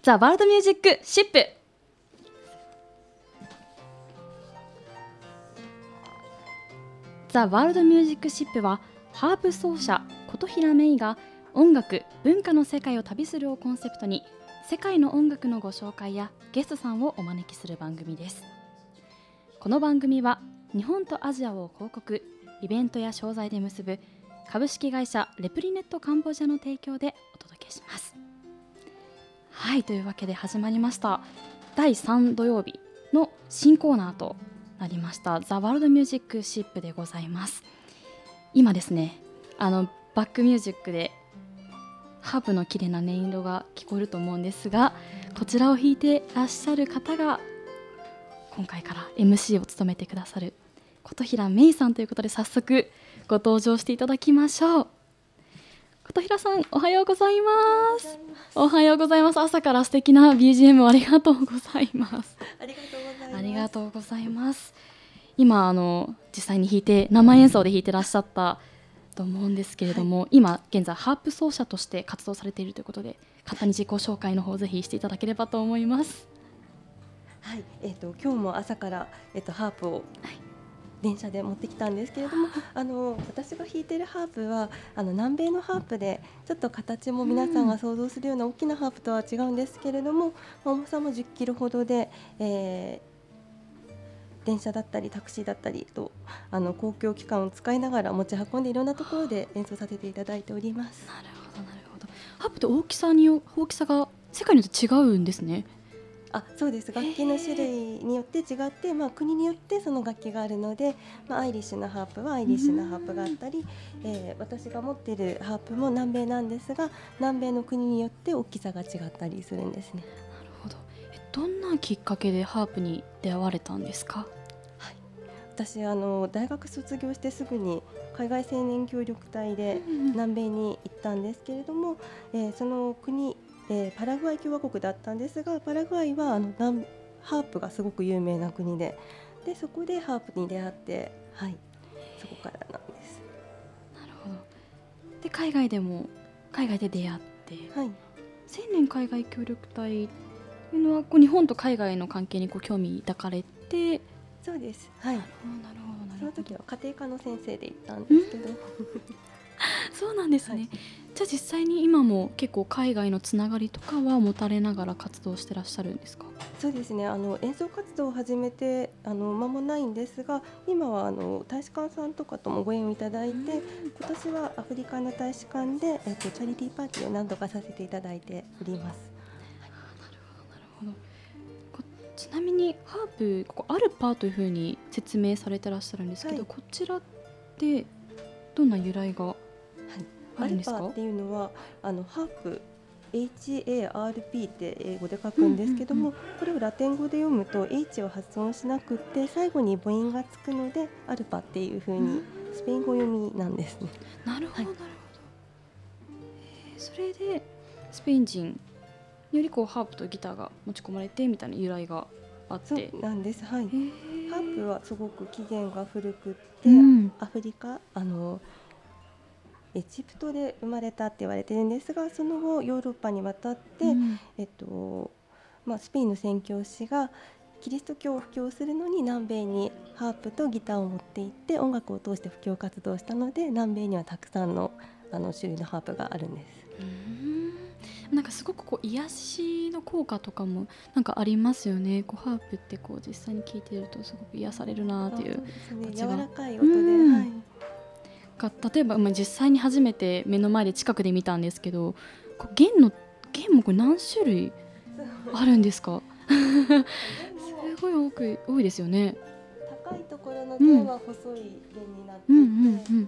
ザ・ワールドミュージックシップ。ザ・ワールドミュージックシップはハープ奏者琴平芽衣が音楽・文化の世界を旅するをコンセプトに世界の音楽のご紹介やゲストさんをお招きする番組です。この番組は日本とアジアを広告・イベントや商材で結ぶ株式会社レプリネットカンボジアの提供でお届けします。はい、というわけで始まりました第3土曜日の新コーナーとなりましたザ・ワールドミュージックシップでございます。今ですね、バックミュージックでハープの綺麗な音色が聞こえると思うんですが、こちらを弾いてらっしゃる方が今回から MC を務めてくださる琴平芽衣さんということで、早速ご登場していただきましょう。琴平さん、おはようございます。おはようございます。朝から素敵な BGM をありがとうございます。 ありがとうございます。 ありがとうございます。今実際に弾いて生演奏で弾いてらっしゃったと思うんですけれども、はい、今現在ハープ奏者として活動されているということで、簡単に自己紹介の方ぜひしていただければと思います。 はい、今日も朝から、ハープを電車で持ってきたんですけれども、私が弾いているハープは南米のハープで、ちょっと形も皆さんが想像するような大きなハープとは違うんですけれども、重さも10キロほどで、電車だったりタクシーだったりと公共機関を使いながら持ち運んでいろんなところで演奏させていただいております。 なるほどなるほど。ハープって大きさが世界によって違うんですね。 そうです。楽器の種類によって違って、国によってその楽器があるので、アイリッシュなハープはアイリッシュなハープがあったり、私が持っているハープも南米なんですが、南米の国によって大きさが違ったりするんですね。 なるほど。どんなきっかけでハープに出会われたんですか？ はい、私大学卒業してすぐに海外青年協力隊で南米に行ったんですけれども、その国パラグアイ共和国だったんですが、パラグアイはハープがすごく有名な国で、そこでハープに出会って、はい、そこからなんです。 なるほど。で海外で出会って、 はい、 青年海外協力隊というのは日本と海外の関係に興味抱かれて。 そうです。はい。 なるほど。 その時は家庭科の先生で行ったんですけど。 そうなんですね。はい、じゃあ実際に今も結構海外のつながりとかは持たれながら活動してらっしゃるんですか？ そうですね。演奏活動を始めて間もないんですが、今は大使館さんとかともご縁をいただいて、今年はアフリカの大使館で、チャリティーパーティーを何度かさせていただいております。 なるほど。ちなみにハープ、ここアルパというふうに説明されてらっしゃるんですけど、こちらってどんな由来があるんですか？ アルパっていうのはハープ HARP って英語で書くんですけども、これをラテン語で読むと H を発音しなくって最後に母音がつくのでアルパっていう風にスペイン語読みなんですね。 なるほど、なるほど。それでスペイン人によりハープとギターが持ち込まれてみたいな由来があって。 そうなんです。はい。ハープはすごく起源が古くって、アフリカエジプトで生まれたって言われてるんですが、その後ヨーロッパに渡って、スペインの宣教師がキリスト教を布教するのに南米にハープとギターを持って行って音楽を通して布教活動をしたので、南米にはたくさんの種類のハープがあるんです。 なんかすごく癒しの効果とかもなんかありますよね。ハープって実際に聴いてるとすごく癒されるなっていう。 柔らかい音で、 例えば実際に初めて目の前で近くで見たんですけど、弦もこれ何種類あるんですか？すごい多いですよね。 高いところの弦は細い弦になっていて、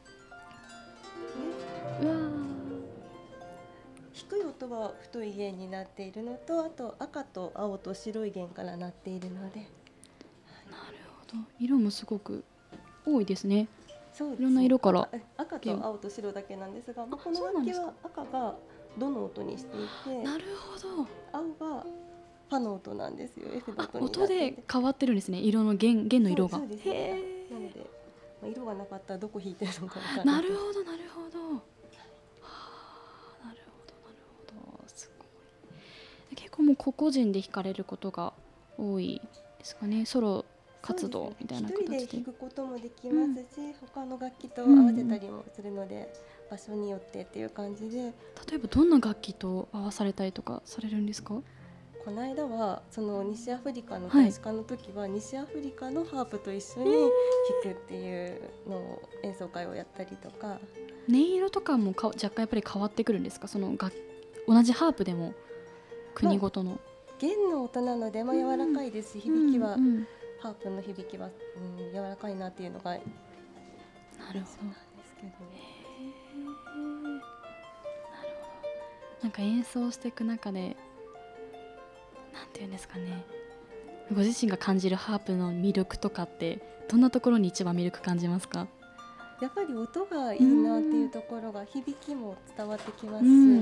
低い音は太い弦になっているのと、あと赤と青と白い弦からなっているので。 なるほど。色もすごく多いですね。 そうですね、 いろんな色から赤と青と白だけなんですが、この楽器は赤がドの音にしていて、 なるほど、 青がファの音なんですよ。F の音になっていて、 音で変わってるんですね。色の弦の色が。 そうですね。なので、色がなかったらどこ弾いてるのか分からない。 なるほど。すごい。 結構もう個々人で弾かれることが多いですかね。ソロ活動みたいな形で。 一人で弾くこともできますし、他の楽器と合わせたりもするので、場所によってっていう感じで。 例えばどんな楽器と合わされたりとかされるんですか？ この間はその西アフリカの大使館の時は、西アフリカのハープと一緒に弾くっていうのを演奏会をやったりとか。 音色とかも若干やっぱり変わってくるんですか？その同じハープでも国ごとの、 弦の音なので、柔らかいですし、響きは、ハープの響きは、柔らかいなっていうのが印象なんですけど。 なるほど。なんか演奏していく中でなんていうんですかね、ご自身が感じるハープの魅力とかってどんなところに一番魅力感じますか？ やっぱり音がいいなっていうところが、響きも伝わってきますし、はい、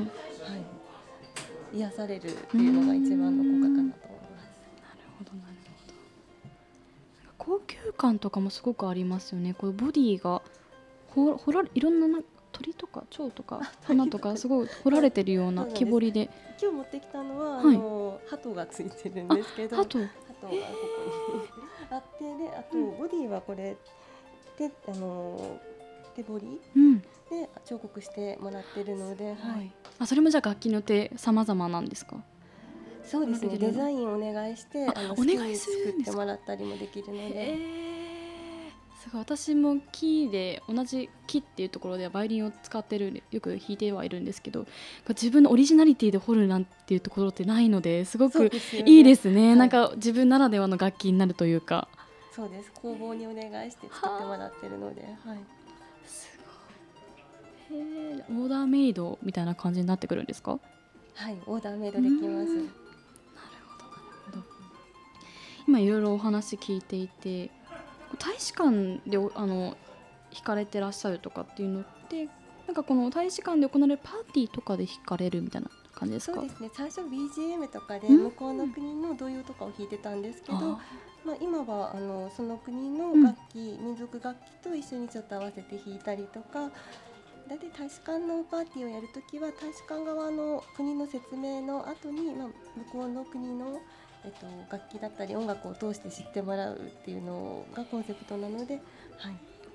癒されるっていうのが一番の効果かなと思います。なるほどなるほど。高級感とかもすごくありますよね。こうボディがいろんな鳥とか蝶とか花とかすごい彫られてるような木彫りで。 今日持ってきたのは、鳩がついてるんですけど、鳩がここにあって、であとボディはこれで手彫りで彫刻してもらってるので、 それもじゃあ楽器によって様々なんですか？ そうですね、デザインお願いして好きに作ってもらったりもできるので。 すごい。私も木で同じ木っていうところではバイオリンを使ってるよく弾いてはいるんですけど、自分のオリジナリティで彫るなんていうところってないので、すごくいいですね。なんか自分ならではの楽器になるというか。 そうです、工房にお願いして作ってもらってるので、 すごい。オーダーメイドみたいな感じになってくるんですか？はい、 オーダーメイドできます。なるほどなるほど。今いろいろお話聞いていて、大使館で弾かれてらっしゃるとかっていうのって、なんかこの大使館で行われるパーティーとかで弾かれるみたいな感じですか？ そうですね、最初 BGM とかで向こうの国の童謡とかを弾いてたんですけど、今はその国の楽器、民族楽器と一緒にちょっと合わせて弾いたりとか。だいたい大使館のパーティーをやるときは、大使館側の国の説明の後に、向こうの国の楽器だったり音楽を通して知ってもらうっていうのがコンセプトなので、なるほど。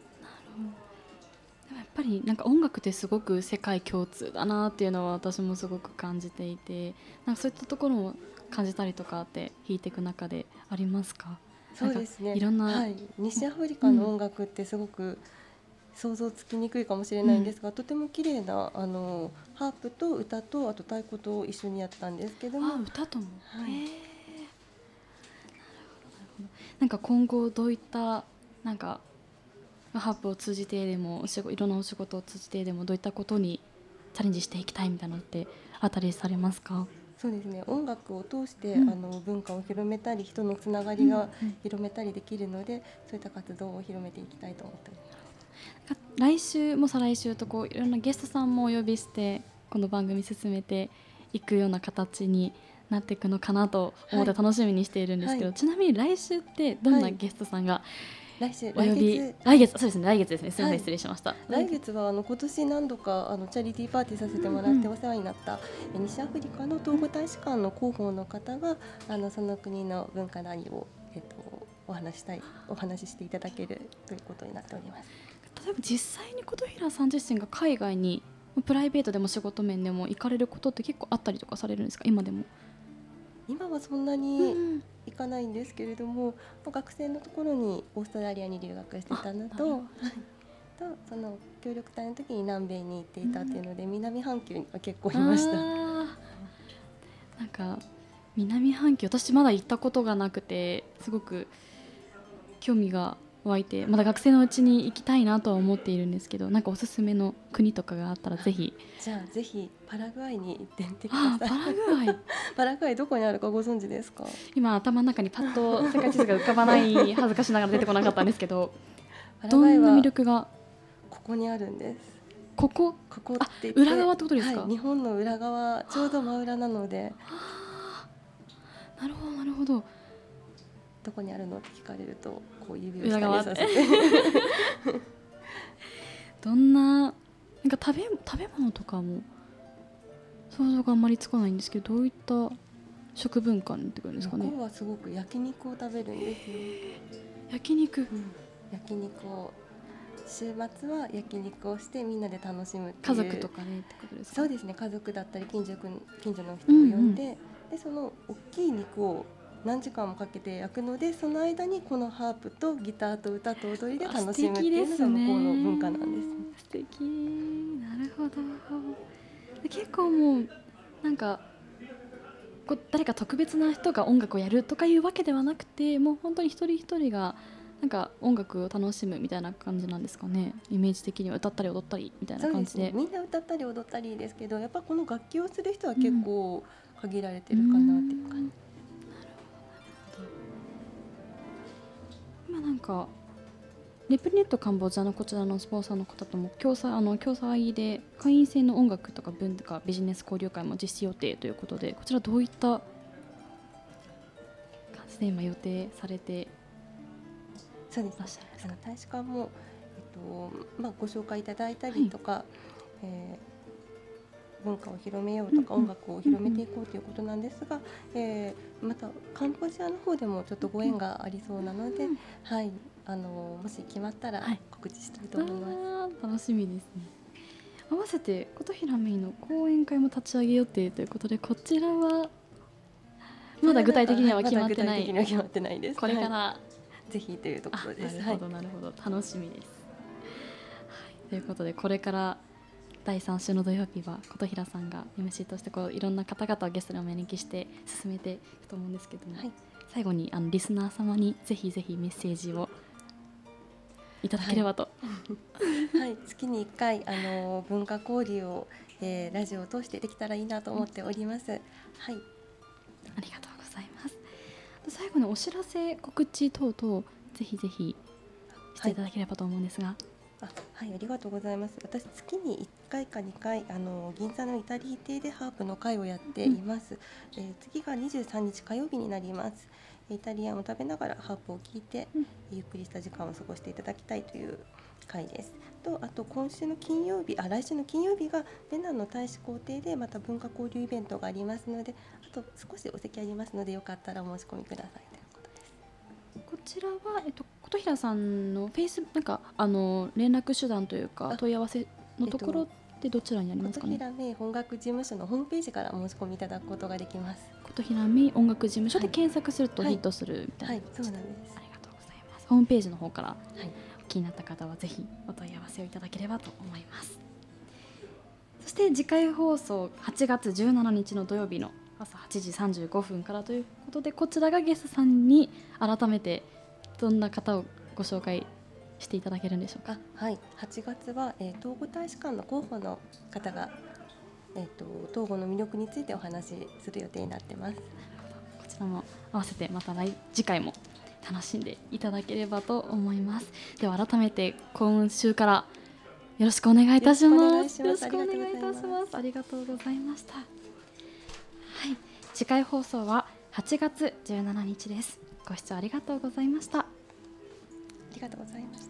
でもやっぱりなんか音楽ってすごく世界共通だなっていうのは私もすごく感じていて、なんかそういったところも感じたりとかって弾いていく中でありますか？ そうですね、 いろんな、 西アフリカの音楽ってすごく想像つきにくいかもしれないんですが、とても綺麗なハープと歌とあと太鼓と一緒にやったんですけども。 歌とも、なんか今後どういったなんかハープを通じてでもいろんなお仕事を通じてでもどういったことにチャレンジしていきたいみたいなのってあったりされますか？ そうですね、音楽を通して、文化を広めたり人のつながりが広めたりできるので、そういった活動を広めていきたいと思っております。 来週も再来週といろんなゲストさんもお呼びしてこの番組進めていくような形になっていくのかなと思って楽しみにしているんですけど、ちなみに来週ってどんなゲストさんが来月そうですね、来月ですね。すみません、失礼しました。 来月は今年何度かチャリティーパーティーさせてもらってお世話になった西アフリカの東部大使館の広報の方がその国の文化内容をお話ししていただけるということになっております。 例えば実際に琴平さん自身が海外にプライベートでも仕事面でも行かれることって結構あったりとかされるんですか？今でも。 今はそんなに行かないんですけれども、学生のところにオーストラリアに留学してたのと、その協力隊の時に南米に行っていたっていうので、南半球には結構いました。 なんか南半球、私まだ行ったことがなくてすごく興味が湧いて、まだ学生のうちに行きたいなとは思っているんですけど、なんかおすすめの国とかがあったらぜひ。 じゃあぜひパラグアイに行ってみてください。パラグアイどこにあるかご存知ですか？ 今頭の中にパッと世界地図が浮かばない恥ずかしながら出てこなかったんですけどどんな魅力が？ ここにあるんです。 ここって裏側ってことですか？ 日本の裏側、ちょうど真裏なので。 なるほどなるほど。 どこにあるのって聞かれるとこう指を下にさせてどんななんか食べ物とかも想像があんまりつかないんですけど、どういった食文化になってくるんですかね。 向こうはすごく焼肉を食べるんですよ。 焼肉、 焼肉を週末は焼肉をしてみんなで楽しむっていう。 家族とかねってことですか。 そうですね、家族だったり近所の人を呼んで、でその大きい肉を何時間もかけて焼くので、その間にこのハープとギターと歌と踊りで楽しむっていうのが向こうの文化なんです。 素敵、なるほど。結構もうなんかこう誰か特別な人が音楽をやるとかいうわけではなくて、もう本当に一人一人がなんか音楽を楽しむみたいな感じなんですかね。イメージ的には歌ったり踊ったりみたいな感じ で、 みんな歌ったり踊ったりですけど、やっぱこの楽器をする人は結構限られてるかなっていう感じ。今なんかレプリネットカンボジアのこちらのスポンサーの方とも共催で会員制の音楽とか文化ビジネス交流会も実施予定ということで、こちらどういった感じで今予定されてそうです、大使館も、ご紹介いただいたりとか、文化を広めようとか、音楽を広めていこうということなんですが、またカンボジアの方でもちょっとご縁がありそうなので、はい、もし決まったら告知したいと思います。 楽しみですね。合わせて琴平メイの講演会も立ち上げ予定ということで、こちらはまだ具体的には決まってない。 です。 これから、 ぜひというところです。 なるほどなるほど、楽しみです。ということで、これから第3週の土曜日は琴平さんが MC としてこういろんな方々をゲストにお招きして進めていくと思うんですけども、最後にリスナー様にぜひぜひメッセージをいただければと、 はい、月に1回文化交流を、ラジオを通してできたらいいなと思っております。はい、 ありがとうございます。最後にお知らせ告知等々ぜひぜひしていただければと思うんですが。 はい、ありがとうございます。私月に1回か2回銀座のイタリー亭でハープの会をやっています。次が23日火曜日になります。イタリアンを食べながらハープを聴いて、ゆっくりした時間を過ごしていただきたいという会です。あと来週の金曜日がベナンの大使公邸でまた文化交流イベントがありますので、あと少しお席ありますので、よかったらお申し込みくださいということです。 こちらは、琴平さんのフェイスなんか連絡手段というか問い合わせのところってどちらにありますかね。 琴平メイ音楽事務所のホームページから申し込みいただくことができます。 琴平メイ音楽事務所で検索するとヒットするみたいな、 はいそうなんです。 ありがとうございます。ホームページの方から、気になった方はぜひお問い合わせをいただければと思います。そして次回放送8月17日の土曜日の朝8時35分からということで、こちらがゲストさんに改めてどんな方をご紹介していただけるんでしょうか。 はい、8月は、東郷大使館の広報の方が、東郷の魅力についてお話しする予定になってます。こちらも合わせてまた次回も楽しんでいただければと思います。では改めて今週からよろしくお願いいたします。よろしくお願いいたします。ありがとうございました。はい、次回放送は8月17日です。ご視聴ありがとうございました。 ありがとうございました。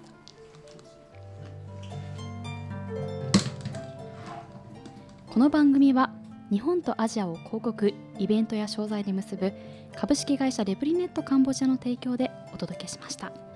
この番組は日本とアジアを広告、イベントや商材で結ぶ株式会社レプリネットカンボジアの提供でお届けしました。